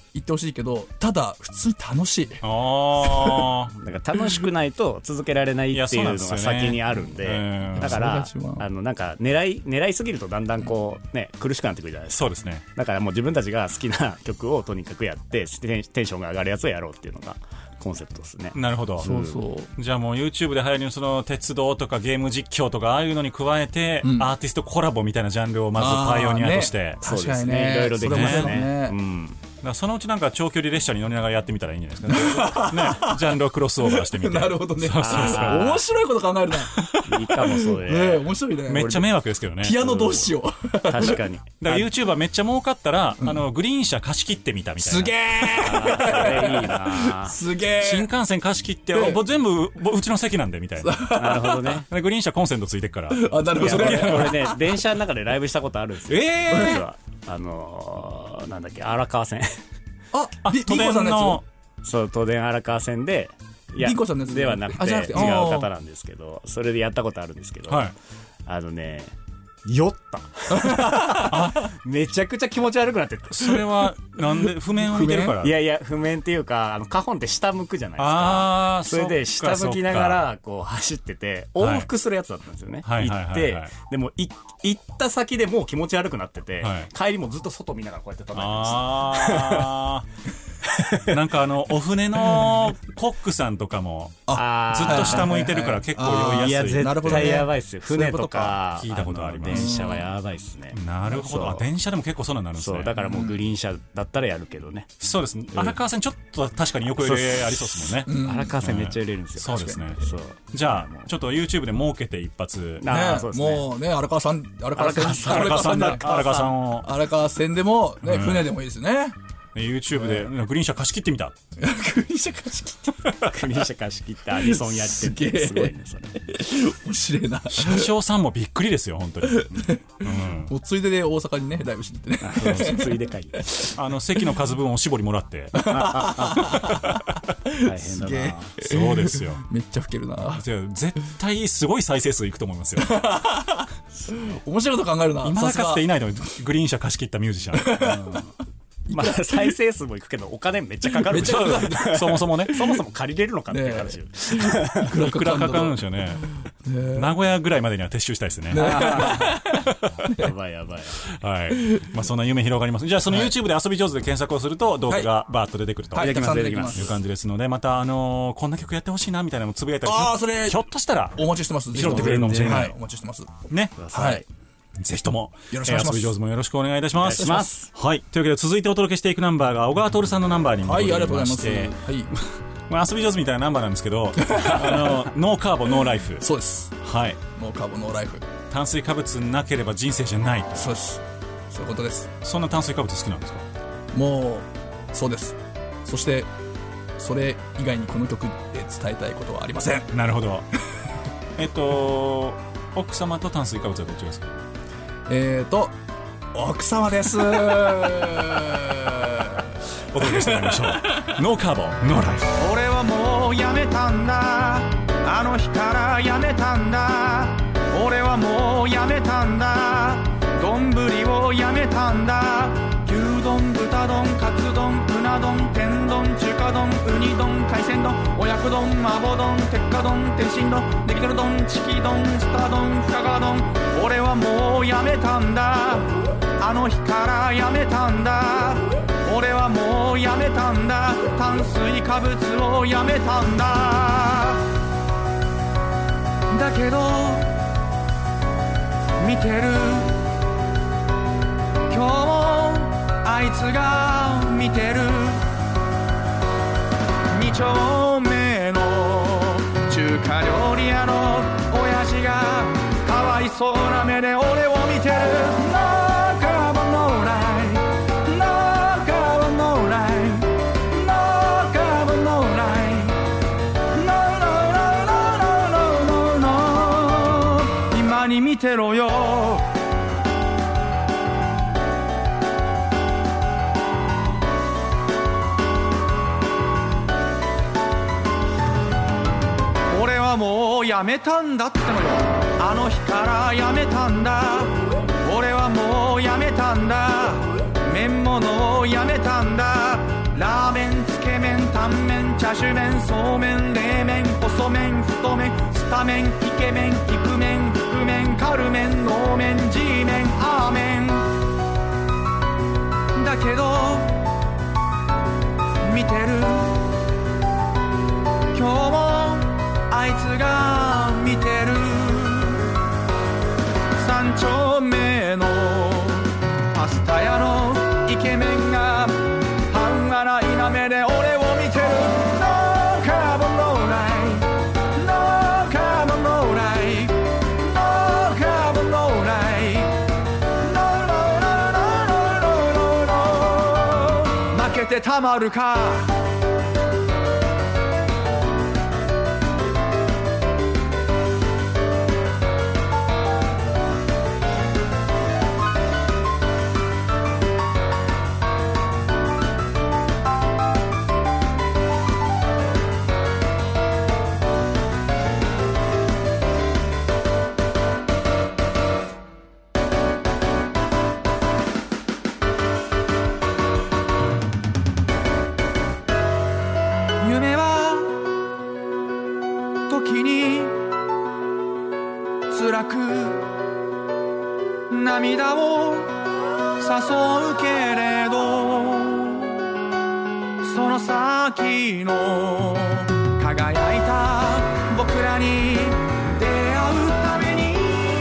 言ってほしいけど、ただ普通に楽しい。 だから楽しくないと続けられないっていうのが先にあるんで、だからなんか狙いすぎるとだんだんこうね苦しくなってくるじゃないですか。 そうですね。 だからもう自分たちが好きな曲をとにかくやってテンションが上がるやつをやろうっていうのがコンセプトですね。 なるほど。 そうそう。 じゃあもう YouTube で流行りのその鉄道とかゲーム実況とかああいうのに加えて、アーティストコラボみたいなジャンルをまずパイオニアとして、 そうですね。いろいろできますね。 だからそのうちなんか長距離列車に乗りながらやってみたらいいんじゃないですかね。ジャンルをクロスオーバーしてみて。 なるほどね。面白いこと考えるな。 いいかもそうね。 面白いね。 めっちゃ迷惑ですけどね。 ピアノどうしよう。 確かに。 だから YouTuber めっちゃ儲かったら、グリーン車貸し切ってみたみたいな。 すげえ。いいな。 すげえ。 新幹線貸し切って、全部うちの席なんでみたいな。 なるほどね。 グリーン車コンセントついてっから。 あ、なるほどね。 俺ね、電車の中でライブしたことあるんですよ。なんだっけ、荒川線。 リンコさんのやつ。そう、都電荒川線で、 リンコさんのやつではなくて違う方なんですけど、それでやったことあるんですけど、酔っためちゃくちゃ気持ち悪くなってて。 それはなんで譜面を見てるから？ いやいや、譜面っていうかカホンって下向くじゃないですか。それで下向きながらこう走ってて往復するやつだったんですよね。行ってでも行った先でもう気持ち悪くなってて、帰りもずっと外見ながらこうやって叩いてました。 なんかお船のコックさんとかもずっと下向いてるから結構酔いやすい。 いや絶対やばいっすよ。船とか聞いたことあります。 電車はやばいっすね。 なるほど。電車でも結構そうなるんですね。 そうだからもうグリーン車だったらやるけどね。 そうですね。荒川線ちょっと確かに横入れありそうですもんね。 荒川線めっちゃ入れるんですよ。 そうですね。じゃあちょっと YouTube で儲けて一発。 もうね荒川さんを荒川線でもね船でもいいですね。 YouTube でグリーン車貸し切ってみた。 グリーン車貸し切ってグリーン車貸し切ってアニソンやってる。すごいねそれ。 面白いな。 車掌さんもびっくりですよ本当に。 もうついでで大阪にねライブしに行ってね。ついでかい。 席の数分おしぼりもらって。 大変だな。 そうですよ。 めっちゃ吹けるな。 絶対すごい再生数いくと思いますよ。 面白いこと考えるな。 今だかつていないのグリーン車貸し切ったミュージシャン。 まあ再生数もいくけどお金めっちゃかかる。 そもそもね。 そもそも借りれるのかっていう話。 いくらかかるんですよね。名古屋ぐらいまでには撤収したいですね。 やばいやばい。 はい。まあそんな夢広がります。じゃあその YouTube で遊び上手で検索をすると動画がバーッと出てくると。 出てきます。 いう感じですので、またこんな曲やってほしいなみたいなのもつぶやいたり。 それひょっとしたらお待ちしてます。 拾ってくれるかもしれない。 お待ちしてます。 ね。 はい。 ぜひともよろしくお願いします。 遊び上手もよろしくお願いいたします。 お願いします。 はい。というわけで続いてお届けしていくナンバーが小川徹さんのナンバーに戻りまして、 はい。 遊び上手みたいなナンバーなんですけど、ノーカーボノーライフ。 そうです。 はい。 ノーカーボノーライフ。 炭水化物なければ人生じゃない。 そうです。そういうことです。 そんな炭水化物好きなんですか？ もうそうです。そしてそれ以外にこの曲で伝えたいことはありません。 なるほど。奥様と炭水化物はどっちですか？ 奥様です。 お届けしてまいりましょう。ノーカーボンノーライフ。 俺はもうやめたんだ、あの日からやめたんだ。俺はもうやめたんだ、丼をやめたんだ。牛丼、豚丼、カツ丼、うな丼、天丼、中華丼、ウニ丼、海鮮丼、親子丼、麻婆丼、鉄火丼、天津丼、ネギトロ丼、チキ丼、スター丼、深川丼。俺はもうやめたんだ、あの日からやめたんだ。俺はもうやめたんだ、炭水化物をやめたんだ。だけど見てる今日もあいつが見てる。2丁目の中華料理屋の親父がかわいそうな目で俺を見てる。見てろよ。俺はもうやめたんだってのよ、あの日からやめたんだ。俺はもうやめたんだ、麺物をやめたんだ。 車種麺そうめん冷麺細麺太麺スタ麺イケ麺イク麺覆麺カル麺能麺 G 麺アーメンだけど見てる今日もあいつが見てる三丁目のパスタ屋のイケメンが半笑いな目で俺を見てる No carbon no life No carbon no life No carbon no life No no no no no no no 負けてたまるか夢は時に辛く涙を誘うけれどその先の輝いた僕らに出会うために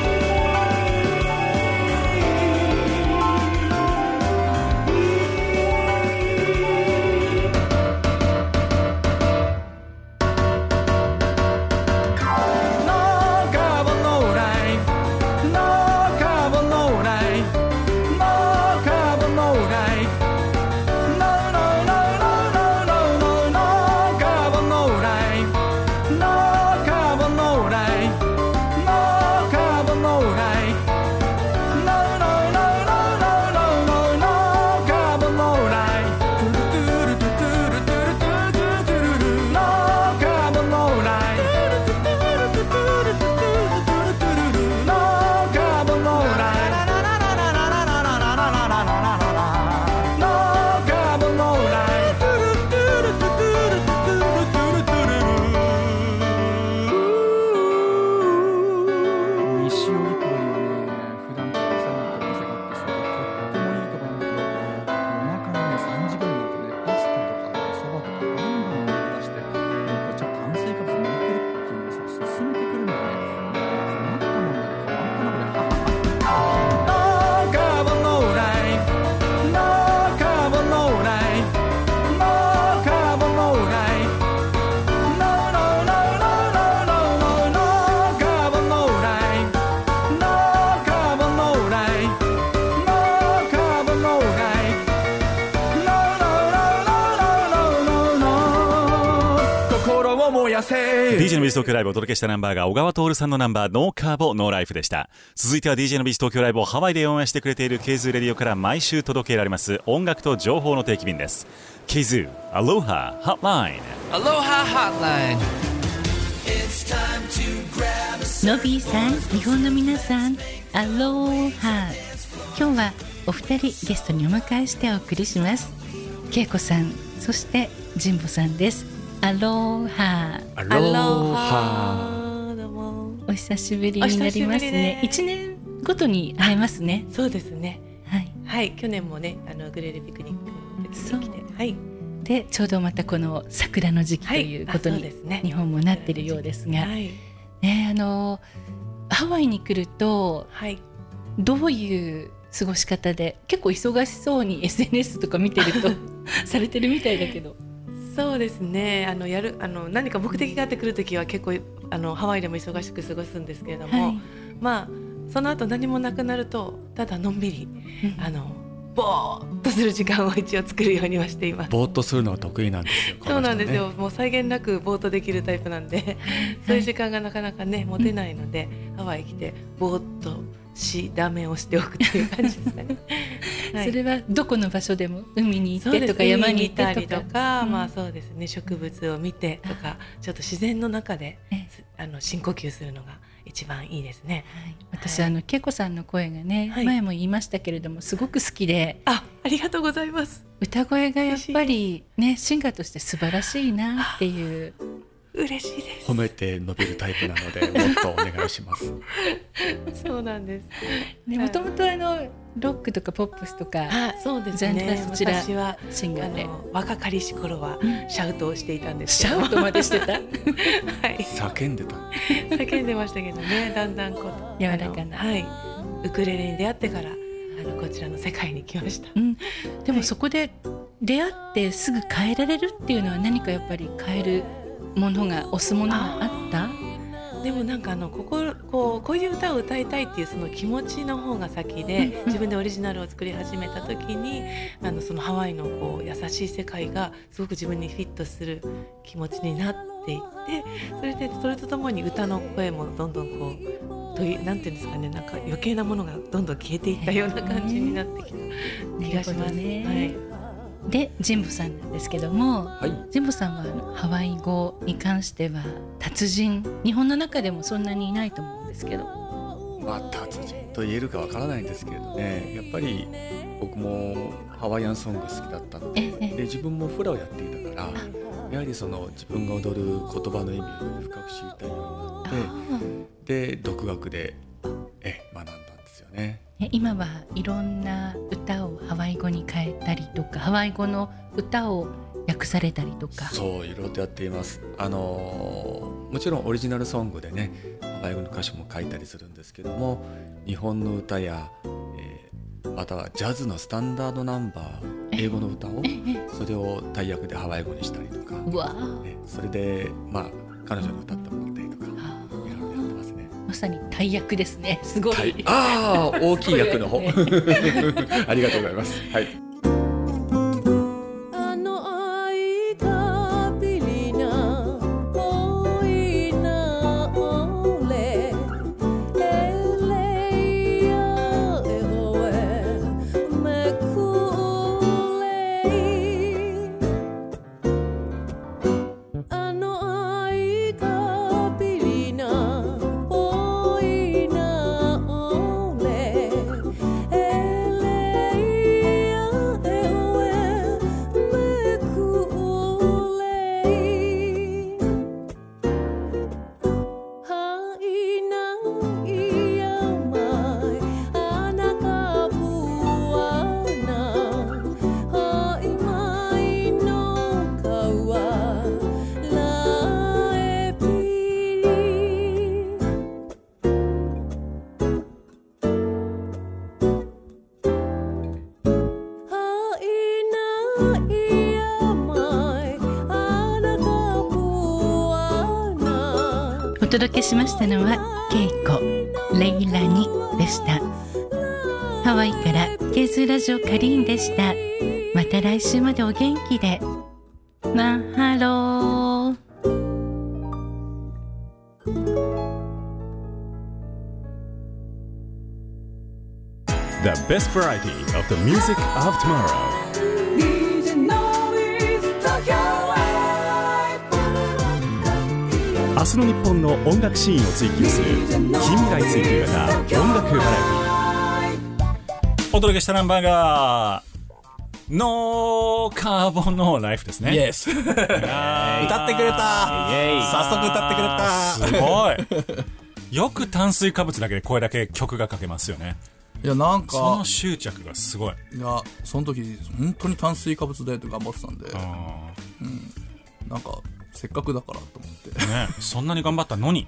DJ のビーズ東京ライブをお届けしたナンバーが小川徹さんのナンバーノーカーボノーライフでした。続いては DJ のビーズ東京ライブをハワイで応援してくれているケイズーレディオから毎週届けられます音楽と情報の定期便です。ケイズーアロハホットラインアロハホットラインのびーさん、日本の皆さん、アロハ。今日はお二人ゲストにお迎えしてお送りします。けいこさん、そして神保さんです。アロハ。 アロハ。どうも。 お久しぶりになりますね。1年ごとに会えますね。 そうですね。 はい。 はい。去年もね、グレールピクニックで来て、はい。 でちょうどまたこの桜の時期ということに、ね、日本もなっているようですが、はいね、ハワイに来ると、はい、どういう過ごし方で結構忙しそうに SNS とか見てるとされてるみたいだけど。 そうですね、何か目的があってくるときは結構ハワイでも忙しく過ごすんですけれども、はい、まあその後何もなくなるとただのんびり、ぼーっとする時間を一応作るようにはしています。 ぼーっとするのが得意なんですよ。 そうなんですよ。もう際限なくぼーっとできるタイプなんでそういう時間がなかなかね持てないので、ハワイ来てぼーっとダメをしておくっていう感じですかね、 はい、それはどこの場所でも海に行ってとか山に行ってとか、 まあそうですね、植物を見てとかちょっと自然の中で深呼吸するのが一番いいですね、 はい、私恵子さんの声がね、はい、前も言いましたけれどもすごく好きで、 ありがとうございます。 歌声がやっぱりね、シンガーとして素晴らしいなっていう。 嬉しいです。 褒めて伸びるタイプなのでもっとお願いしますそうなんです。 もともとロックとかポップスとか、 そうですね。 そちら私はシンガーで若かりし頃はシャウトをしていたんですけど、シャウトまでしてた。はい。 叫んでた。 叫んでましたけどね。だんだんこう柔らかな、 はい、ウクレレに出会ってからこちらの世界に来ました。 でもそこで出会ってすぐ変えられるっていうのは何かやっぱり変えるものが押すものがあった？ でもなんかこういう歌を歌いたいっていうその気持ちの方が先で、自分でオリジナルを作り始めた時にそのハワイのこう優しい世界がすごく自分にフィットする気持ちになっていって、それとともに歌の声もどんどんこうなんていうんですかね、なんか余計なものがどんどん消えていったような感じになってきた気がします。 で神保さんなんですけども、神保さんはハワイ語に関しては達人、日本の中でもそんなにいないと思うんですけど、 達人と言えるかわからないんですけれどね、やっぱり僕もハワイアンソング好きだったの で自分もフラをやっていたから、やはりその自分が踊る言葉の意味を深く知りたいようになって、で独学で学んだんですよね。 今はいろんな歌をハワイ語に変えたりとか、ハワイ語の歌を訳されたりとか、 そういろいろとやっています。もちろんオリジナルソングでね、ハワイ語の歌詞も書いたりするんですけども、日本の歌や、またはジャズのスタンダードナンバー、英語の歌をそれを大役でハワイ語にしたりとか、それで彼女に歌ってもらったりとか、いろいろやってますね。 まさに大役ですね。すごい。 大きい役の方。ありがとうございます。はい。 お届けしましたのはケイコレイラニでした。ハワイからケーズラジオカリーンでした。また来週までお元気で。マハロー。 The best variety of the music of tomorrow. DJ Nobis Tokyo Live。 明日の日本の音楽シーンを追求する近未来追求型音楽バラエティ。 お届けしたナンバーがノーカーボンのライフですね。 イエス。歌ってくれた。早速歌ってくれた。 すごい。よく炭水化物だけでこれだけ曲が書けますよね。 いやなんかその執着がすごい。 いやその時本当に炭水化物ダイエット頑張ってたんで、なんかせっかくだからと思ってね。そんなに頑張ったのに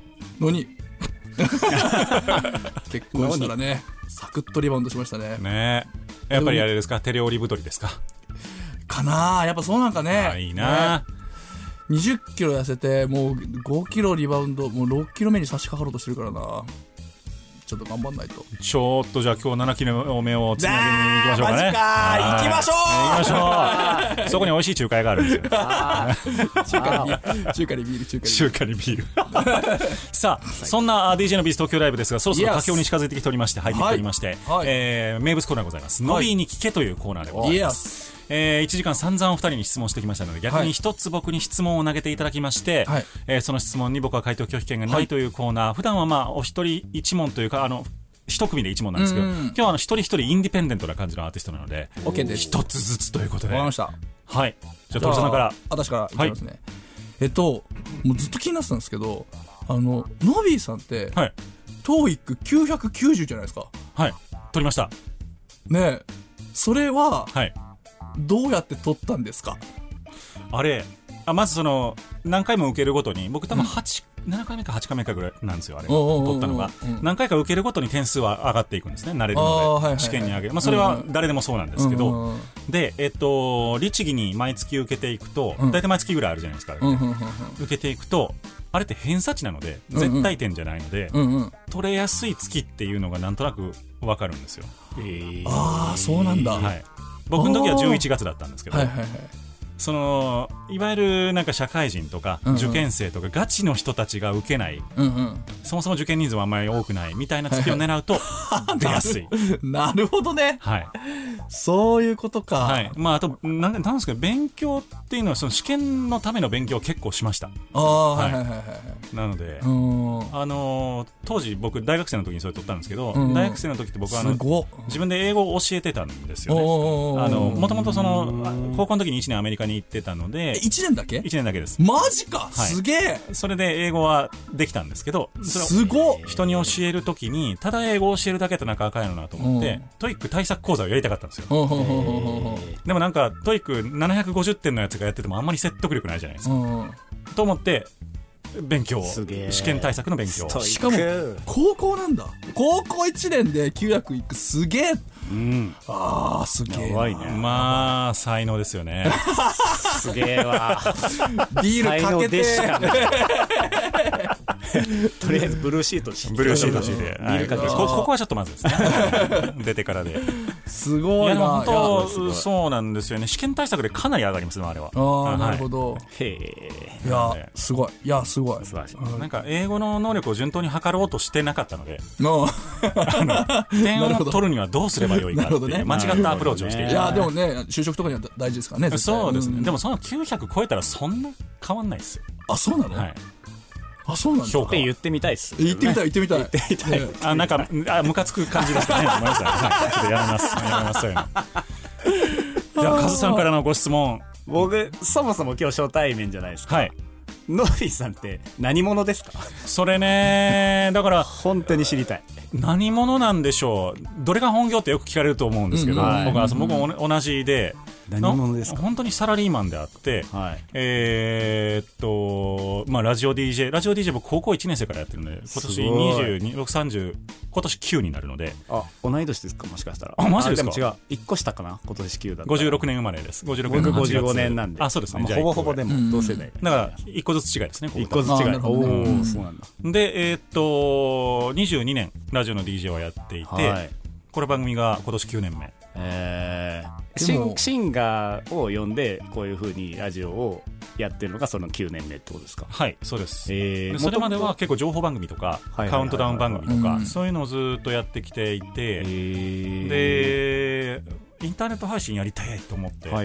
結婚したらねサクッとリバウンドしましたね。 ねやっぱりあれですか、テレオリ太りですかかな。やっぱそうなんかね。 いいな、 20キロ痩せてもう5キロリバウンド、もう6キロ目に差し掛かろうとしてるからな。ちょっと頑張んないと。 ちょっとじゃあ今日7キロ目をつなぎに行きましょうかね。 マジか、行きましょう。 行きましょう。そこに美味しい中華屋があるんですよ。 中華にビール。 さあそんな DJ のビーズ東京ライブですが、そろそろ佳境に近づいてきておりまして、入ってきておりまして、名物コーナーございます。ノビーに聞けというコーナーでございます。1時間散々お二人に質問してきましたので、逆に一つ僕に質問を投げていただきまして、その質問に僕は回答拒否権がないというコーナー。普段はお一人一問というか一組で一問なんですけど、今日は一人一人インディペンデントな感じのアーティストなので OK です。 一つずつということで。 わかりました。 はい。じゃあトルさんから。 私からいきますね。もうずっと気になってたんですけど、ノビーさんって、はい、TOEIC990 じゃないですか。 はい。取りました。 ねえ、それは、はい、どうやって取ったんですか？ あれ、まず何回も受けるごとに、僕多分7回目か8回目かぐらいなんですよ、あれ取ったのが。何回か受けるごとに点数は上がっていくんですね、慣れるので、試験に上げる。それは誰でもそうなんですけど、で、律儀に毎月受けていくと、大体毎月ぐらいあるじゃないですか。受けていくと、あれって偏差値なので、絶対点じゃないので、取れやすい月っていうのがなんとなく分かるんですよ。 ああ、そうなんだ。 はい。僕の時は11月だったんですけど、いわゆるなんか社会人とか受験生とかガチの人たちが受けない、そもそも受験人数もあんまり多くないみたいな月を狙うと出やすい。 なるほどね。 はい。 そういうことか。 はい。あとなんですか、勉強っていうのは試験のための勉強を結構しました。なので当時僕大学生の時にそれ取ったんですけど、大学生の時って僕は自分で英語を教えてたんですよね。もともと高校の時に1年アメリカに行ってたので。 1年だけ ？1年だけです。 マジか、すげえ。 それで英語はできたんですけど、 すごっ。 人に教える時にただ英語を教えるだけだとなんか赤いのなと思って、TOEIC 対策講座をやりたかったんですよ。でもなんか TOEIC750 点のやつがやっててもあんまり説得力ないじゃないですか。と思って勉強、試験対策の勉強。 しかも高校なんだ。高校1年で900いく、すげえ。ああ、すげえ。 やばいね。 まあ才能ですよね。 すげえわ。 ビールかけて。 とりあえずブルーシート敷いて。 ブルーシート敷いて。ここはちょっとまずですね。出てからで。 すごいな。いや、でも本当そうなんですよね。試験対策でかなり上がりますね、あれは。 ああ、なるほど。 へえ。 いや、すごい。いや、すごい。 素晴らしい。 なんか英語の能力を順当に測ろうとしてなかったので、点を取るにはどうすればよいかっていう間違ったアプローチをしている。 いや、でもね、就職とかには大事ですからね。 そうですね。でもその900超えたらそんな変わんないですよ。 あ、そうなの？はい。あ、そうなんだ。 評価言ってみたいっす。 言ってみたい、言ってみたい。 言ってみたい。 あ、なんかムカつく感じですかね。ごめんなさい。はい。ちょっとやめます。やめます。そういうの。じゃあカズさんからのご質問。 僕そもそも今日初対面じゃないですか。 はい。 ノビーさんって何者ですか？ それね、だから本当に知りたい。 何者なんでしょう。どれが本業ってよく聞かれると思うんですけど、僕も同じで、 何者ですか？ 本当にサラリーマンであって、 はい、 ラジオ DJ 僕高校1年生からやってるので、今年22、僕30、今年9になるので。 あ、同い年ですか、もしかしたら。 あ、マジですか？ でも違う、1個下かな、今年9だった。 56年生まれです。56 年の8月。55年なんで。 あ、そうですね。 ほぼほぼでも同世代。 だから1個ずつ違いですね。 1個ずつ違い。おお、そうなんだ。 で、22年ラジオの DJ をやっていて、はい、この番組が今年9年目。 シンガーを呼んでこういう風にラジオをやってるのがその9年目ってことですか？ はい、そうです。でそれまでは結構情報番組とかカウントダウン番組とかそういうのをずっとやってきていて、でインターネット配信やりたいと思って、で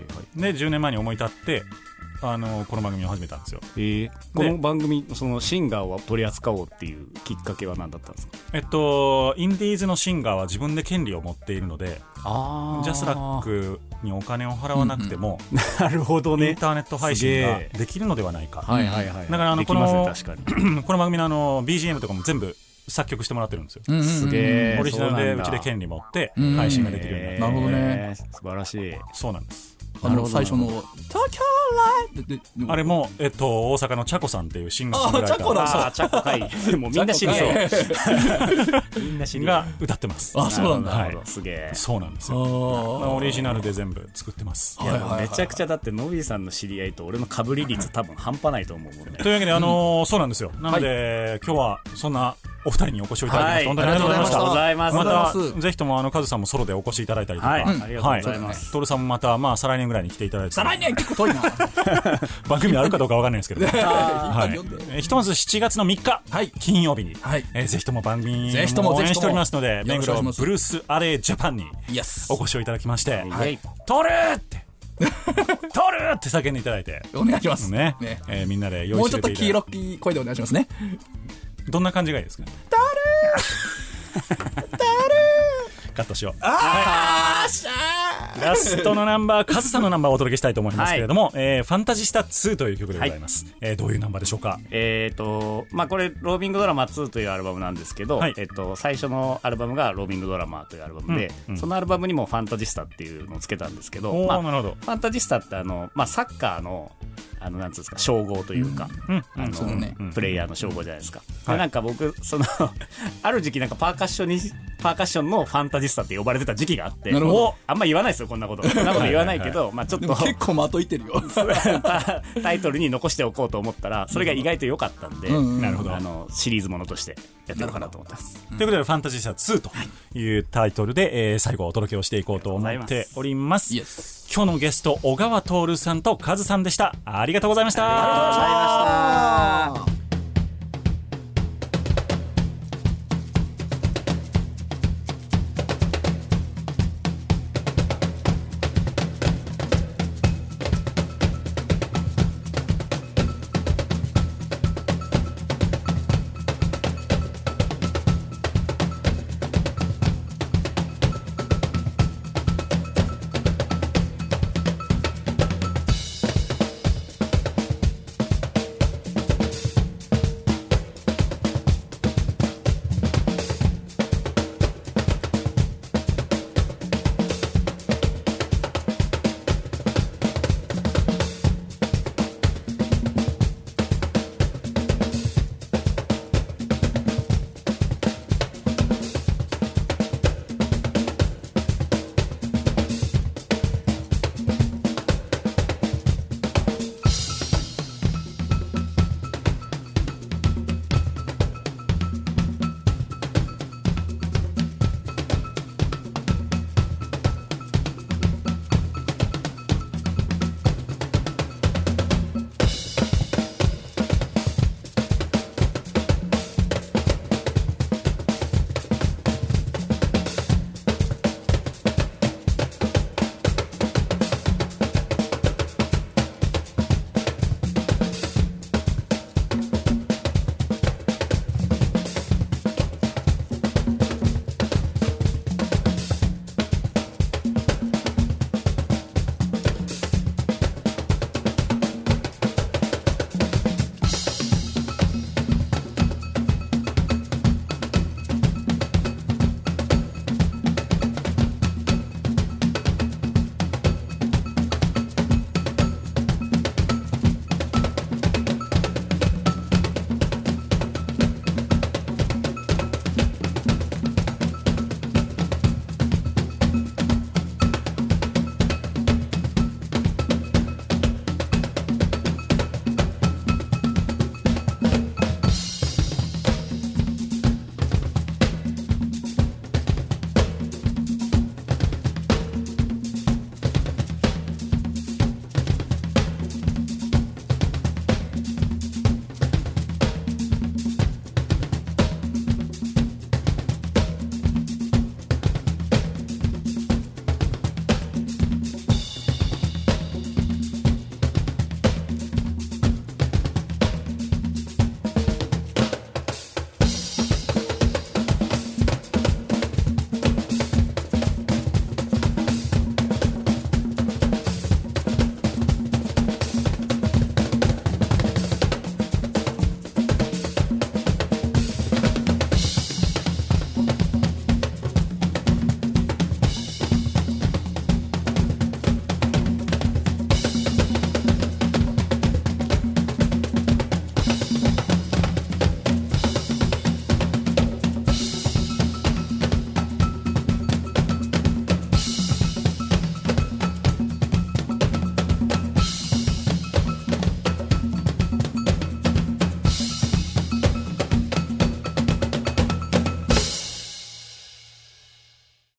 10年前に思い立ってこの番組を始めたんですよ。 この番組、そのシンガーを取り扱おうっていうきっかけは何だったんですか？ インディーズのシンガーは自分で権利を持っているので、ジャスラックにお金を払わなくても、 なるほどね、 インターネット配信ができるのではないか。だからこの番組のBGM とかも全部作曲してもらってるんですよ。 すげえ。 オリジナルでうちで権利持って配信ができるようになって。 なるほどね。 素晴らしい。 そうなんです。 最初の東京ライブあれも大阪のチャコさんっていうシンガーソングライター、 チャコかい。もうみんな知り合い。みんな知り合いが歌ってます。 あ、そうなんだ。 はい、すげえ。 そうなんですよ。オリジナルで全部作ってます。 いや、めちゃくちゃだってノビーさんの知り合いと俺の被り率多分半端ないと思うもんね。 というわけでそうなんですよ。なので今日はそんなお二人にお越しいただきまして本当にありがとうございました。またぜひともカズさんもソロでお越しいただいたりとか、 ありがとうございます。 トルさんもまた再来年ぐらいに来ていただいて。 再来年結構遠いな。 番組あるかどうかわかんないですけど。ひとまず7月の3日金曜日にぜひとも番組を応援しておりますので、目黒ブルースアレイジャパンにお越しをいただきまして、トルって。トルって叫んでいただいてお願いしますね。みんなで用意していただいて、 もうちょっと黄色い声でお願いしますね。 どんな感じがいいですか？ トルカットしよう。ラストのナンバー、カズさんのナンバーをお届けしたいと思いますけれども、ファンタジスタ2という曲でございます。どういうナンバーでしょうか。 これロービングドラマ2というアルバムなんですけど、最初のアルバムがロービングドラマというアルバムで、そのアルバムにもファンタジスタっていうのをつけたんですけど、ファンタジスタってサッカーのなんていうんですか、称号というか、プレイヤーの称号じゃないですか。でなんか僕ある時期なんかパーカッションのファンタジスタって呼ばれてた時期があって、あんま言わないですよこんなこと。そんなこと言わないけど、ちょっと結構まといてるよ。 タイトルに残しておこうと思ったら、それが意外と良かったんで、なるほど、シリーズものとしてやってるかなと思ってます。 ということでファンタジスタ2というタイトルで、最後お届けをしていこうと思っております。今日のゲスト小川徹さんとカズさんでした。ありがとうございました。 ありがとうございました。